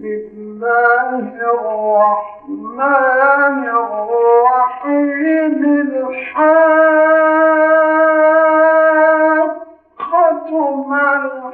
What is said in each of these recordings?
الله الرحمن الرحيم الحاقة ما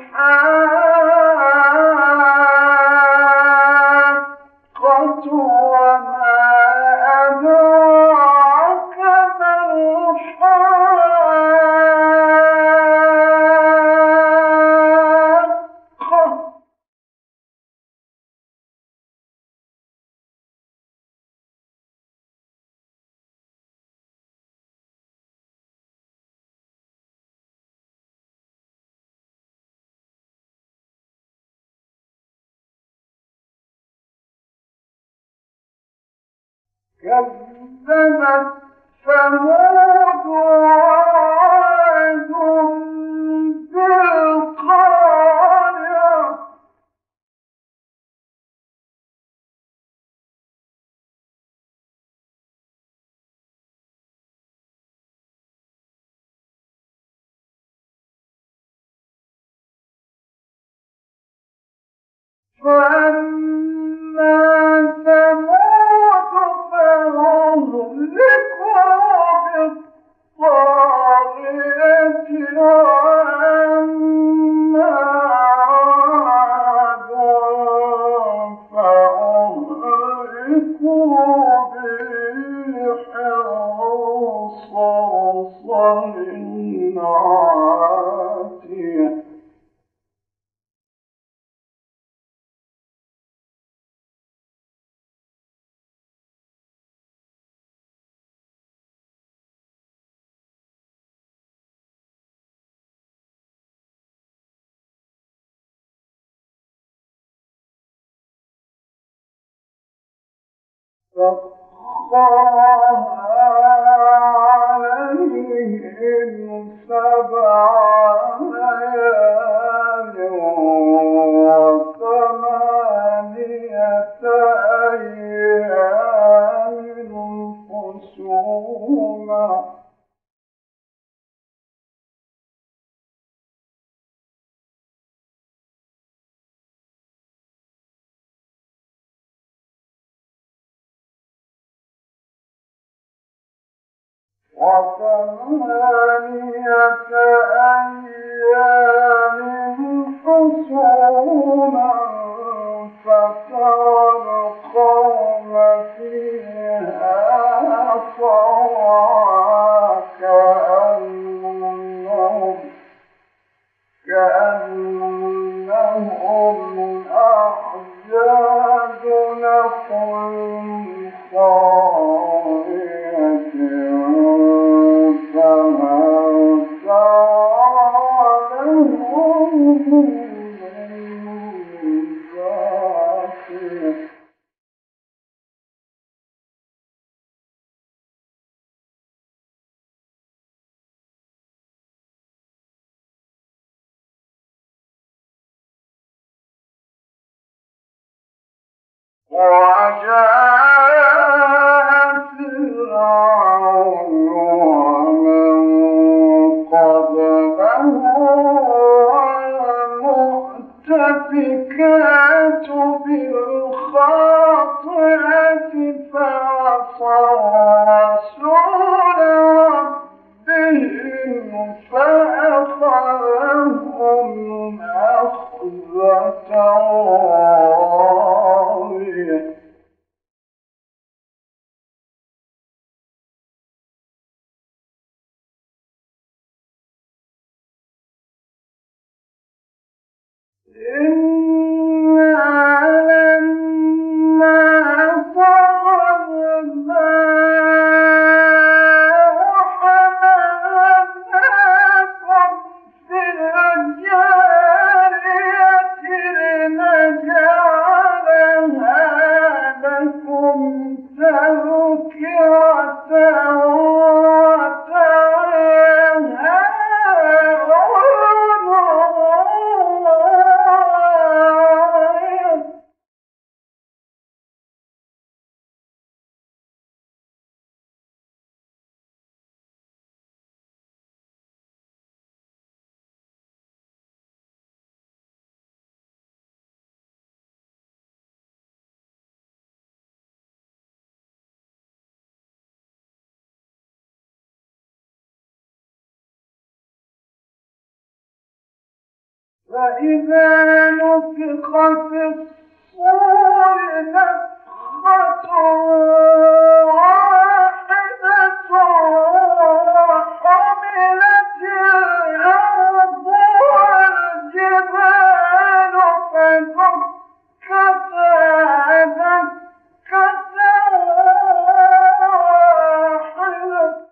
الحاقة وما أدراك ما الحاقة كذبت ثمود وعاد بالقارعة فأما ثمود فأهلكوا بالطاغية وأما عاد فأهلكوا بريح صرصر عاتية سخرها عليهم 7 ليال و8 أيام حسوما فترى القوم فيها صرعى كأنهم أعجاز نخل خاوية فهل ترى لهم من باقية وجاء فرعون ومن قبله والمؤتفكات بالخاطئة فعصوا رسول ربهم فأخذهم أخذة رابية إنا لما طغى الماء حملناكم في الجارية لنجعلها فإذا نفخ في الصور نفخة واحدة وحملت الأرض والجبال فدكتا دكة واحدة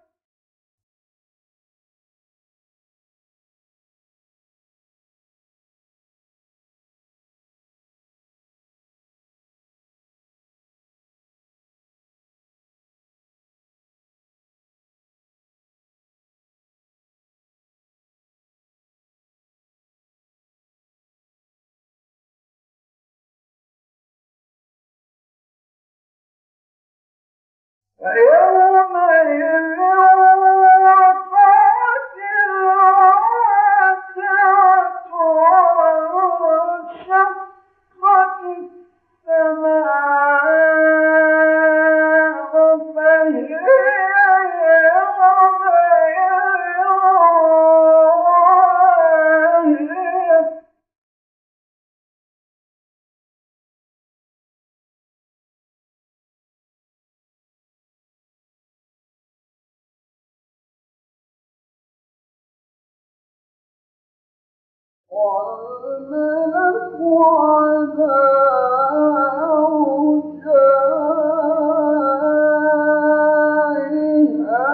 فيومئذ وقعت الواقعة وانشقت السماء فهي يومئذ واهية والملك على أرجائها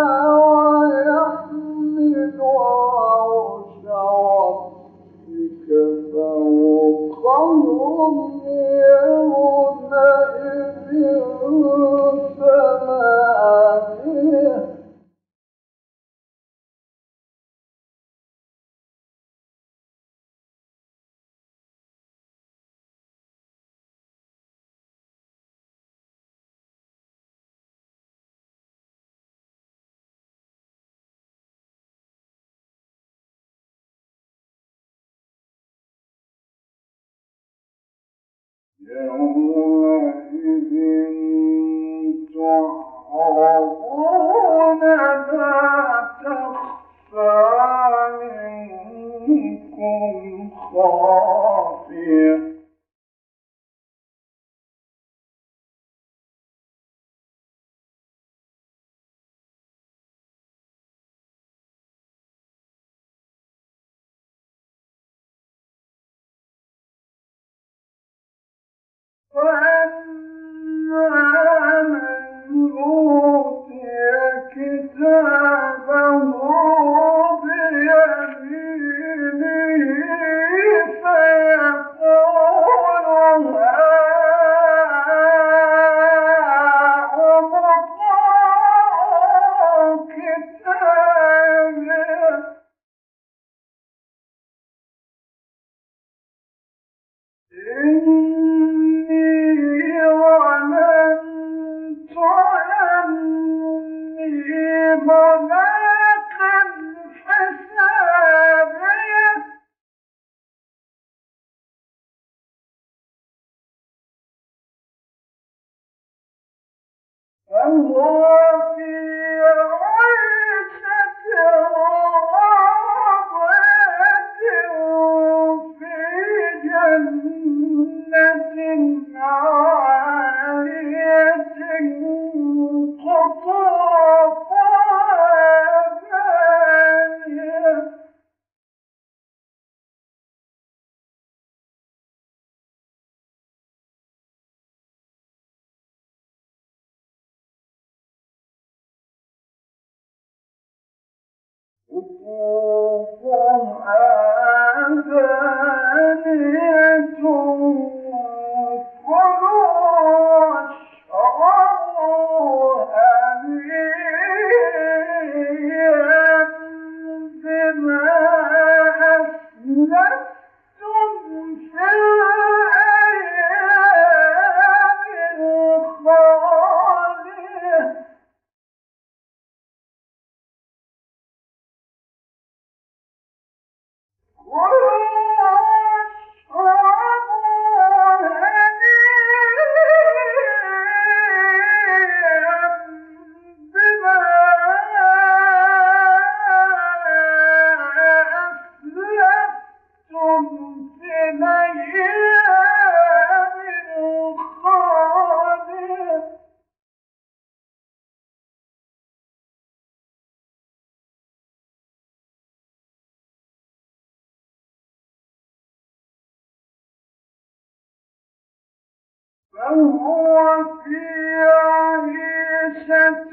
ويحمل عرش ربك فوقهم يومئذ ثمانية يومئذ تعرضون لا تخفى منكم خافية وأما من أوتي كتابه بيمينه فيقول هاؤم اقرءوا كتابيه إني ظننت أني ملاق حسابيه فهو في عيشة راضية في جنة عالية قطوفها دانية قطوفها دانية كلوا واشربوا هنيئا بما أسلفتم في الأيام الخالية في الأيام الخالية فهو في عيشة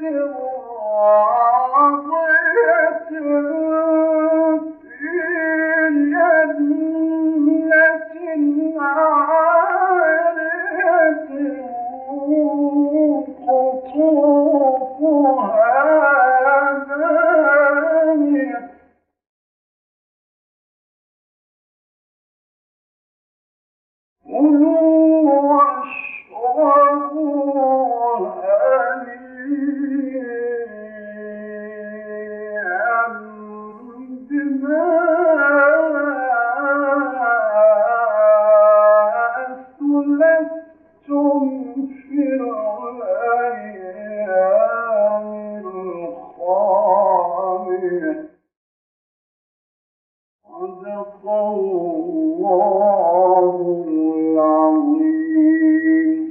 راضية في جنة عالية قطوفها دانية كلوا واشربوا هنيئا بما أسلفتم في الأيام الخالية صدق الله العظيم.